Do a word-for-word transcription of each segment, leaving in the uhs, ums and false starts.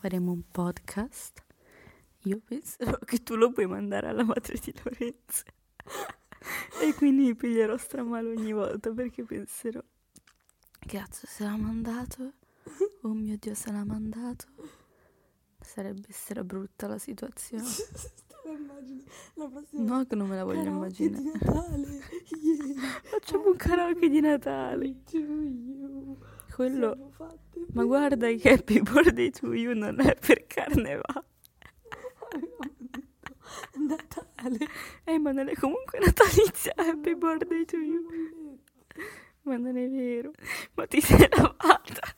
faremo un podcast, io penserò che tu lo puoi mandare alla madre di Lorenzo e quindi mi piglierò stramale ogni volta perché penserò, cazzo, se l'ha mandato, oh mio Dio, se l'ha mandato, sarebbe essere brutta la situazione. Immagini la prossima No, che non me la voglio karaoke immaginare. di Natale. Yeah. Facciamo un karaoke di Natale. To you. Quello, Siamo fatte ma guarda che Happy Birthday to You non è per Carnevale. Avevamo detto Natale. Eh, ma non è comunque natalizia. Happy Birthday to You. Ma non è vero. Ma ti sei lavata?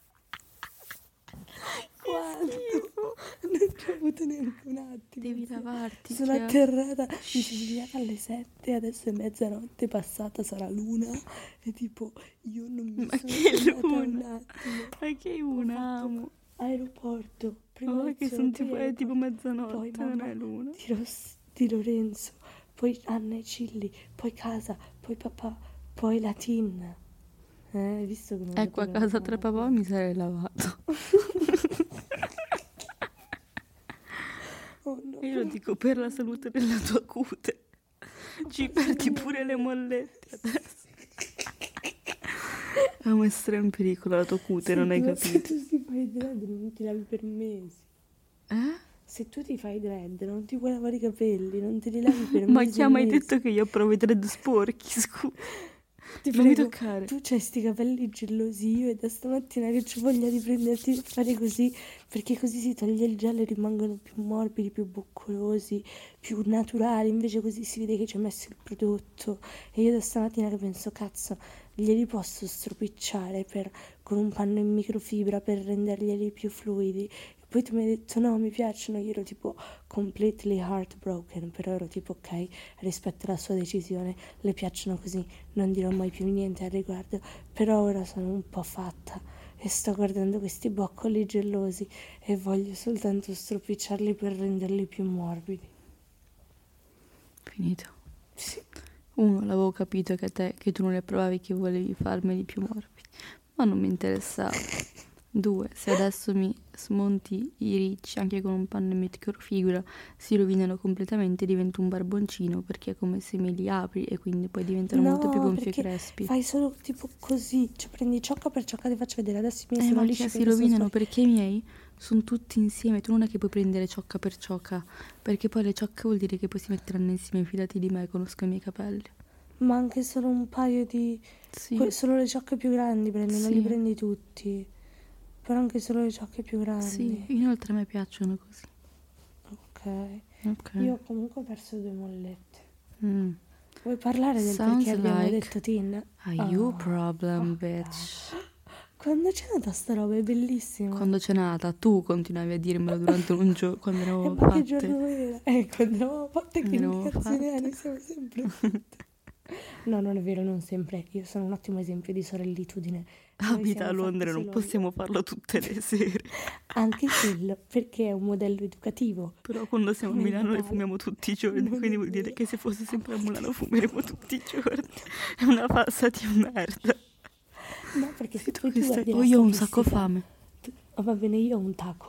Quanto? Non ci ho avuto neanche un attimo. Devi lavarti. Sono cioè. atterrata, mi sono svegliata alle sette, adesso è mezzanotte passata, sarà l'una. E tipo, io non mi Ma sono che svegliata l'una? un attimo. Ma che Ho una fatto amo. Aeroporto, prima Ma che lezione, sono poi tipo, è aeroporto, tipo mezzanotte, poi non mamma è l'una. di, Ros- di Lorenzo, poi Anna e Cilli, poi casa, poi papà, poi la Tin. Eh, hai visto come Ecco, a casa tra papà mi sarei lavato. Oh no. Io lo dico per la salute della tua cute. Ci perdi pure le mollette adesso. Amo essere in pericolo la tua cute, non hai Se capito. tu ti fai dread non ti lavi per mesi. Eh? Se tu ti fai dread non ti puoi lavare i capelli, non te li lavi per Ma mesi chi e ha mai mesi. detto che io provo i dread sporchi, scusa? Ti Non mi prego, toccare. tu c'hai sti capelli gelosi, io è da stamattina che c'ho voglia di prenderti e fare così, perché così si toglie il gel e rimangono più morbidi, più boccolosi, più naturali, invece così si vede che ci hai messo il prodotto. E io da stamattina che penso, cazzo, glieli posso stropicciare per, con un panno in microfibra per renderglieli più fluidi. E poi tu mi hai detto no, mi piacciono, io ero tipo completely heartbroken, però ero tipo ok, rispetto alla sua decisione, le piacciono così, non dirò mai più niente al riguardo, però ora sono un po' fatta e sto guardando questi boccoli gelosi e voglio soltanto stropicciarli per renderli più morbidi. Finito. Sì. Uno, l'avevo capito che te, che tu non le provavi, che volevi farmeli più morbidi, ma non mi interessava. Due, se adesso mi smonti i ricci anche con un panno in microfibra si rovinano completamente, divento un barboncino, perché è come se me li apri e quindi poi diventano No, molto più gonfi e perché crespi. fai solo tipo così, cioè prendi ciocca per ciocca, ti faccio vedere, adesso i miei Eh, sono ma lisci che si perché sono rovinano sporchi. perché i miei sono tutti insieme, tu non è che puoi prendere ciocca per ciocca, perché poi le ciocche vuol dire che poi si metteranno insieme filati di me, conosco i miei capelli. Ma anche solo un paio di... Sì. que- solo le ciocche più grandi prendi, non Sì. li prendi tutti. Però anche solo le ciocche più grandi. Sì, inoltre a me piacciono così. Ok. Ok. Io comunque ho perso due mollette. Mm. Vuoi parlare del Sounds perché abbiamo like detto Tin? a you Oh, problem, porca. bitch. Quando c'è nata sta roba è bellissima. Quando c'è nata, tu continuavi a dirmelo durante un giorno, quando E eravamo ma che fatte. giorno era? Eh, quando eravamo fatte che Quando eravamo indicazioni fatte. hai? Noi siamo sempre fatte. No, non è vero, non sempre. Io sono un ottimo esempio di sorellitudine. Noi Abita a siamo Londra, fatte non solo- possiamo farlo tutte le sere. Anche quello, perché è un modello educativo. Però quando siamo a Come il Milano le Natale. fumiamo tutti i giorni, Non quindi è vuol dire vero. che se fosse sempre a volte Milano fumeremo tutti i giorni. È una falsa di merda. No, perché Sei se tu poi che tu stai... guardi la Oh, io ho un sacco statistica- fame. tu- oh, va bene, io ho un taco.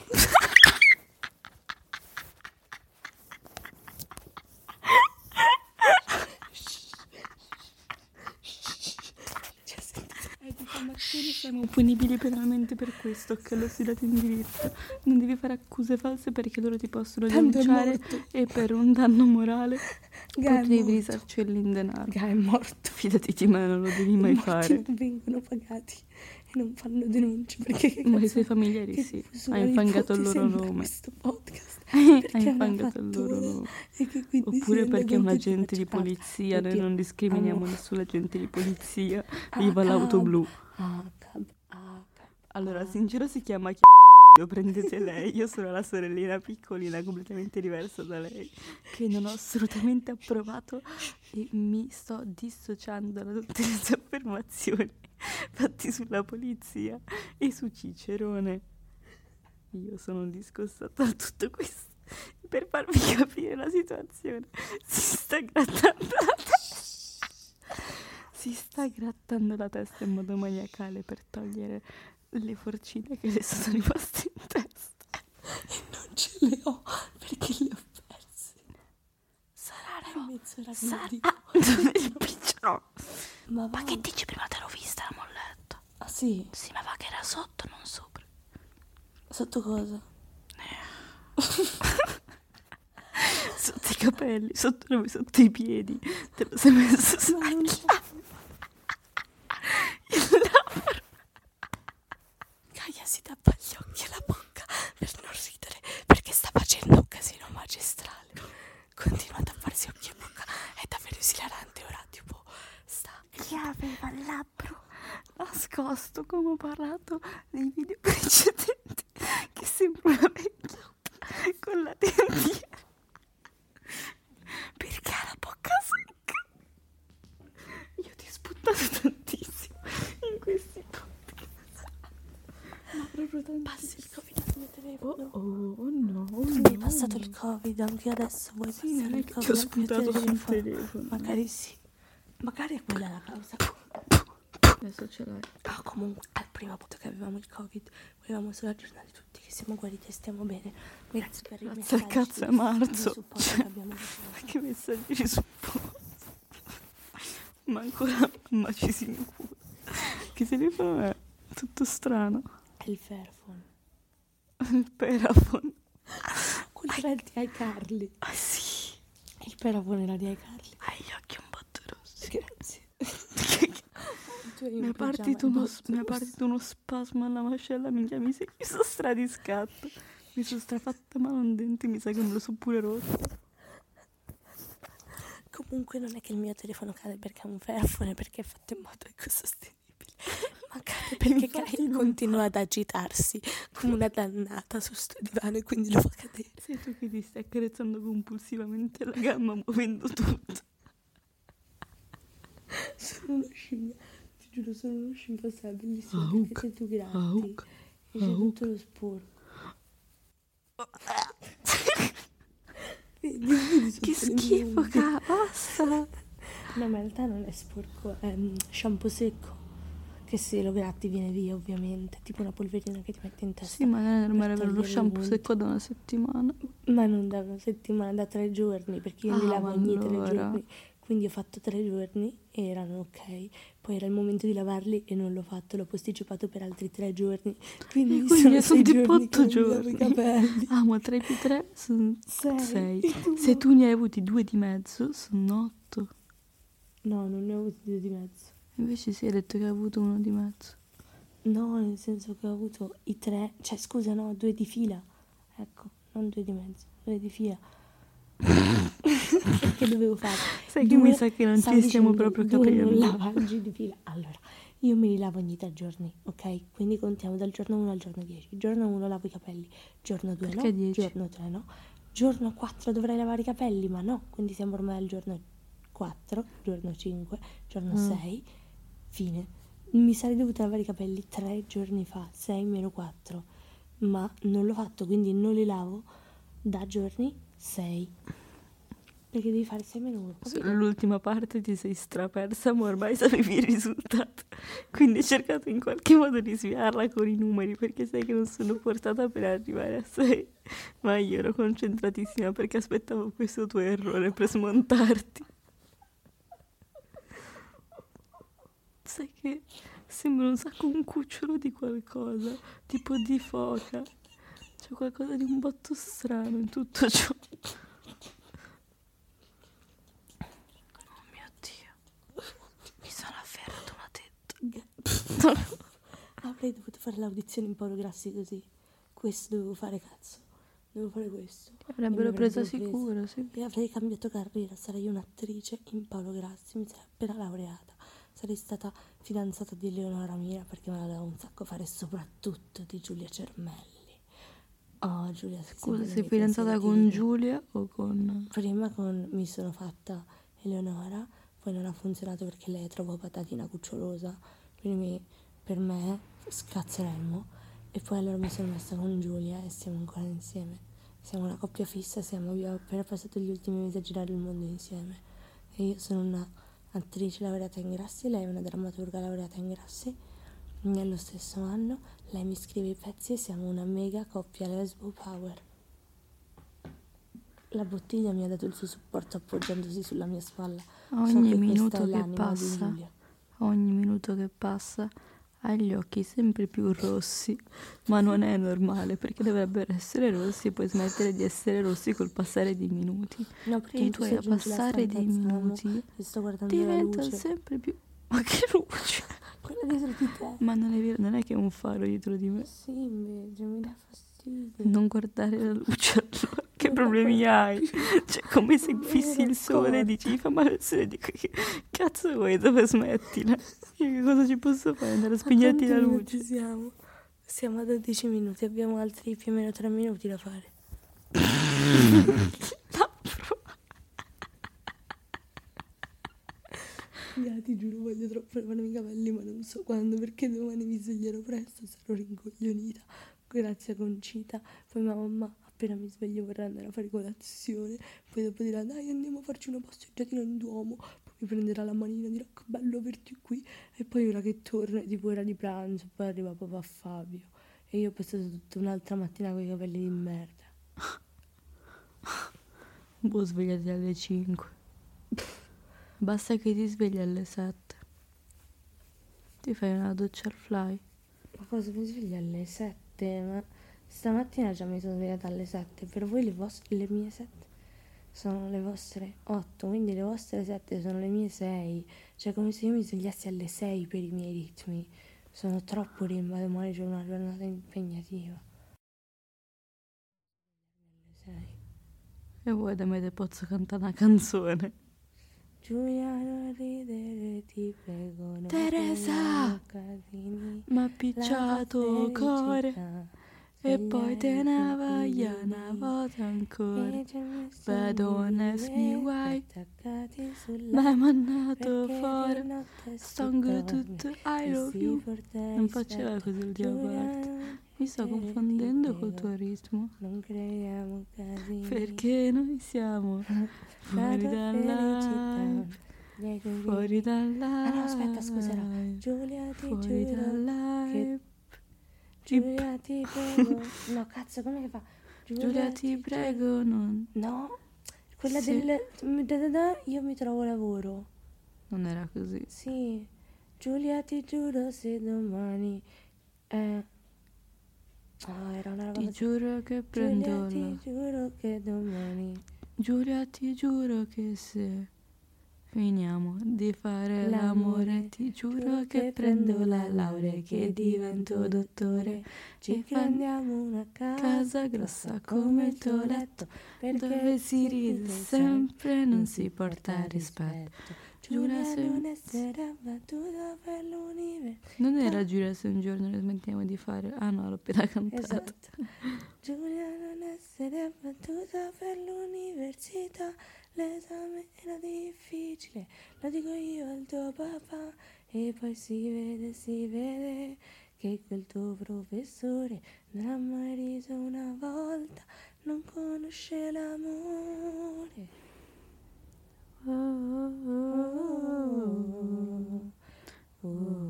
Cioè, senti- È diffamazione, siamo punibili penalmente per questo, che lo si dato in diritto. Non devi fare accuse false perché loro ti possono Tanto è denunciare morto. e per un danno morale Gai è potevi morto. risarcirli in denaro. Gai è morto. Fidati di me, non lo devi mai I morti fare. non vengono pagati e non fanno denunce perché che Ma i cazzo- suoi familiari che sì. diffusione Ha infangato di il loro sembra nome. questo podcast Ha perché è una infangato il loro fattura nome. e che quindi si Oppure rende perché è un conto di agente di faccia parte. polizia, noi Oddio, non discriminiamo amo. nessun agente di polizia. Ah, Viva l'auto cab. blu. Ah, cab. Ah, cab. Allora, Ah. sincero si chiama Chi- lo prendete lei, io sono la sorellina piccolina completamente diversa da lei, che non ho assolutamente approvato e mi sto dissociando da tutte le sue affermazioni fatte sulla polizia e su Cicerone. Io sono discostata da tutto questo. Per farvi capire la situazione, si sta grattando la testa. Si sta grattando la testa in modo maniacale per togliere le forcine che le sono rimaste in testa. ce le ho perché le ho perse. Saranno... È mezz'ora che Sarà... lo dico. Il picciolo. Ma, Ma va. che dici, prima te l'ho vista la molletta? Ah sì? Sì, ma va che era sotto, non sopra. Sotto cosa? Sotto i capelli, sotto, no, sotto i piedi. Te lo sei messo su. Ma non c'è. Il labbro. Gaia si tappa gli occhi e la bocca per non ridere perché sta facendo un casino magistrale. Continua a tapparsi occhi e bocca, è davvero esilarante. Ora tipo sta. Chi aveva il labbro nascosto, come ho parlato nei video precedenti, che sembra una vecchia con la dentiera perché ha la bocca secca. Io ti ho sputtato tantissimo in questi podcast, ma proprio tantissimo. Passi il covid al mio telefono. Oh, oh no, oh Mi no, hai passato no. il covid anche adesso. Vuoi Sì, passare non è il che covid ti ho al mio sputato sul telefono? telefono. Magari sì. Magari è quella la causa. Adesso ce l'hai. Ah, comunque, al primo punto che avevamo il covid, volevamo solo aggiornare tutti che siamo guariti e stiamo bene. Grazie per i Grazie al messaggi cazzo è di- marzo. di supporto che abbiamo ricevuto. Che messaggi di supporto. Ma ancora mamma ci si incula. Che telefono è? Tutto strano. È il Fairphone. Il Perafon. Quello era di iCarly. Ah sì. Il Fairphone era di iCarly. Hai gli occhi un botto rossi. Grazie. Tu hai un Mi è pigiama partito uno, botto mi è rosso. partito uno spasmo alla mascella, minchia, mi sei mi sono stradiscatto. Mi sono strafatta male un dente, mi sa che me lo so pure rotto. Comunque non è che il mio telefono cade perché è un Fairphone, perché è fatto in modo ecosostenibile. Ma cade perché Infatti Gaia non continua ad agitarsi come una dannata su sto divano e quindi lo fa cadere. Sei tu che ti stai accarezzando compulsivamente la gamma muovendo tutto. Sono uno scimmio, ti giuro, sono uno scimmio, è bellissimo Auk, perché se tu gratti auk, e c'è auk. tutto lo sporco. Vedi, vedi Che sotto le schifo, mie ca, basta. unghie. No, ma in realtà non è sporco, è mm, shampoo secco, che se lo gratti viene via ovviamente, tipo una polverina che ti metti in testa. Sì, ma non è normale per avere lo togliere i shampoo unti. secco da una settimana. Ma non da una settimana, da tre giorni, perché io Ah, li lavo ma ogni tre allora. giorni. Quindi ho fatto tre giorni e erano ok. Poi era il momento di lavarli e non l'ho fatto, l'ho posticipato per altri tre giorni. Quindi, E quindi sono sono sei tipo giorni che otto non mi lavo i giorni. capelli. Ah, ma tre più tre sono Sei. sei. E tu Se no. tu ne hai avuti due di mezzo, sono otto. No, non ne ho avuti due di mezzo. Invece si è detto che hai avuto uno di mezzo. No, nel senso che ho avuto i tre, cioè scusa, no, due di fila. Ecco, non due di mezzo, due di fila. Che dovevo fare? Sai che Due- mi sa che non stavo ci stiamo dicendo, proprio due non capendo. lavaggi di fila. Allora, io me li lavo ogni tre giorni, ok? Quindi contiamo dal giorno uno al giorno dieci. Giorno uno lavo i capelli, giorno due Perché no, dieci? giorno tre no. Giorno quattro dovrei lavare i capelli, ma no. Quindi siamo ormai al giorno quattro, giorno cinque, giorno Mm. sei, fine. Mi sarei dovuta lavare i capelli tre giorni fa, sei meno quattro, ma non l'ho fatto, quindi non li lavo da giorni sei. Perché devi fare sei meno uno. L'ultima parte ti sei strapersa, ma ormai sapevi il risultato. Quindi hai cercato in qualche modo di sviarla con i numeri, perché sai che non sono portata per arrivare a sei. Ma io ero concentratissima perché aspettavo questo tuo errore per smontarti. Sai che sembra un sacco un cucciolo di qualcosa, tipo di foca. C'è qualcosa di un botto strano in tutto ciò. Oh mio Dio, mi sono afferrato una tetta. Avrei dovuto fare l'audizione in Paolo Grassi così. Questo dovevo fare, cazzo. Dovevo fare questo. Avrebbero E mi presa avrebbero preso. sicuro, sì. E avrei cambiato carriera, sarei un'attrice in Paolo Grassi, mi sarei appena laureata. Sarei stata fidanzata di Eleonora Mira perché me la dava un sacco fare, soprattutto di Giulia Cermelli. Oh, Giulia, sei Scusa, sempre sei nei fidanzata pensieri con di- Giulia o con... Prima con mi sono fatta Eleonora, poi non ha funzionato perché lei è troppo patatina cucciolosa, quindi mi- per me scazzeremmo. E poi allora mi sono messa con Giulia e siamo ancora insieme. Siamo una coppia fissa, siamo, abbiamo appena passato gli ultimi mesi a girare il mondo insieme. E io sono una attrice laureata in Grassi, lei è una drammaturga laureata in Grassi. Nello stesso anno lei mi scrive i pezzi e siamo una mega coppia lesbo power. La bottiglia mi ha dato il suo supporto appoggiandosi sulla mia spalla. Ogni So che minuto questa è che l'anima di passa, Giulia. ogni minuto che passa, ha gli occhi sempre più rossi, ma non è normale perché dovrebbero essere rossi e poi smettere di essere rossi col passare dei minuti. No, E perché i tu tuoi se a aggiungi la passare dei stanzazza, amo, minuti e sto guardando la diventa luce. sempre più... Ma che luce! Quella dietro di te. Ma non è vero, non è che è un faro dietro di me. Sì, invece, mi dà fastidio. Non guardare la luce allora, che Non problemi la hai? Cioè, come se Non me fissi ne il sole e accorgo. dici mi fa male il sole, dico che cazzo vuoi, dove smettila? Io che cosa ci posso fare? Andare a A spegnerti quanti la minuti luce? siamo? Siamo a dodici minuti, abbiamo altri più o meno tre minuti da fare. Ya, ti giuro, voglio troppo lavarmi i capelli, ma non so quando, perché domani mi sveglierò presto, sarò rincoglionita. Grazie a Concita. Poi mia mamma, appena mi sveglio, vorrà andare a fare colazione. Poi dopo dirà, dai, andiamo a farci una passeggiatina in Duomo. Poi mi prenderà la manina e dirà, che bello averti qui. E poi ora che torno, è tipo ora di pranzo, poi arriva papà Fabio. E io ho passato tutta un'altra mattina con i capelli di merda. Boh, svegliati alle cinque. Basta che ti svegli alle sette. Ti fai una doccia al fly. Ma cosa mi sveglio alle sette? Ma stamattina già mi sono svegliata alle sette. Per voi le, vostre, le mie sette sono le vostre otto, quindi le vostre sette sono le mie sei. Cioè come se io mi svegliassi alle sei per i miei ritmi. Sono troppo rimba, domani c'è una giornata impegnativa. Alle sei. E vuoi da me te posso cantare una canzone? Giulia, non ridere, ti prego. Non Teresa! casini, M'ha picciato cuore e poi te ne voglia una volta ancora. But don't ask me why. M'hai mandato fuori. Stongo tutto I love you. Non faceva così l'ultima parte. Mi sto confondendo col tuo ritmo. Non creiamo casini. Perché noi siamo fuori dalla fuori dalla Ah no, aspetta, scusa, no. Giulia, ti fuori giuro dalla che Giulia, ti prego. No, cazzo, come che fa? Giulia, ti prego, non... No, quella Sì. del da da da, io mi trovo lavoro. Non era così. Sì. Giulia, ti giuro se domani eh ah, era una roba Ti così. giuro che prendo Giulia, la... ti giuro che domani Giulia, ti giuro che se finiamo di fare l'amore, ti giuro che prendo la laurea, che divento dottore, ci e prendiamo una casa casa grossa come il tuo letto, dove si ride sempre, non si porta rispetto. Giulia, Giulia, se... non essere abbattuta per l'università. Non era Giulia se un giorno ne smettiamo di fare... Ah no, l'ho appena cantato. Esatto. Giulia, non essere abbattuta per l'università, l'esame era difficile, lo dico io al tuo papà, e poi si vede, si vede che quel tuo professore non ha mai riso una volta, non conosce l'amore. Oh, oh, oh,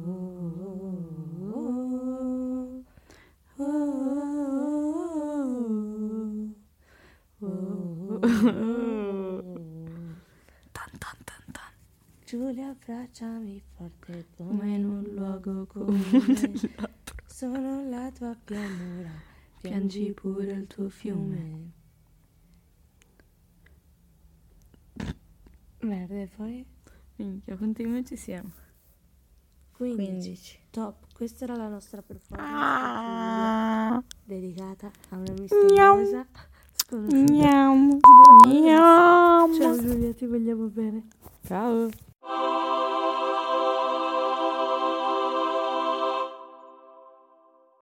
oh, oh, Tan tan tan tan. Giulia, abbracciami forte Come in un luogo comune. comune. Sono la tua pianura, Piangi pure il tuo fiume. Merda, e poi? Minchia, quanti minuti siamo? quindici. Top, questa era la nostra performance Ah. dedicata a una misteriosa sconosciuta. Miam. Giulia, Miam. ciao Giulia, ti vogliamo bene. Ciao.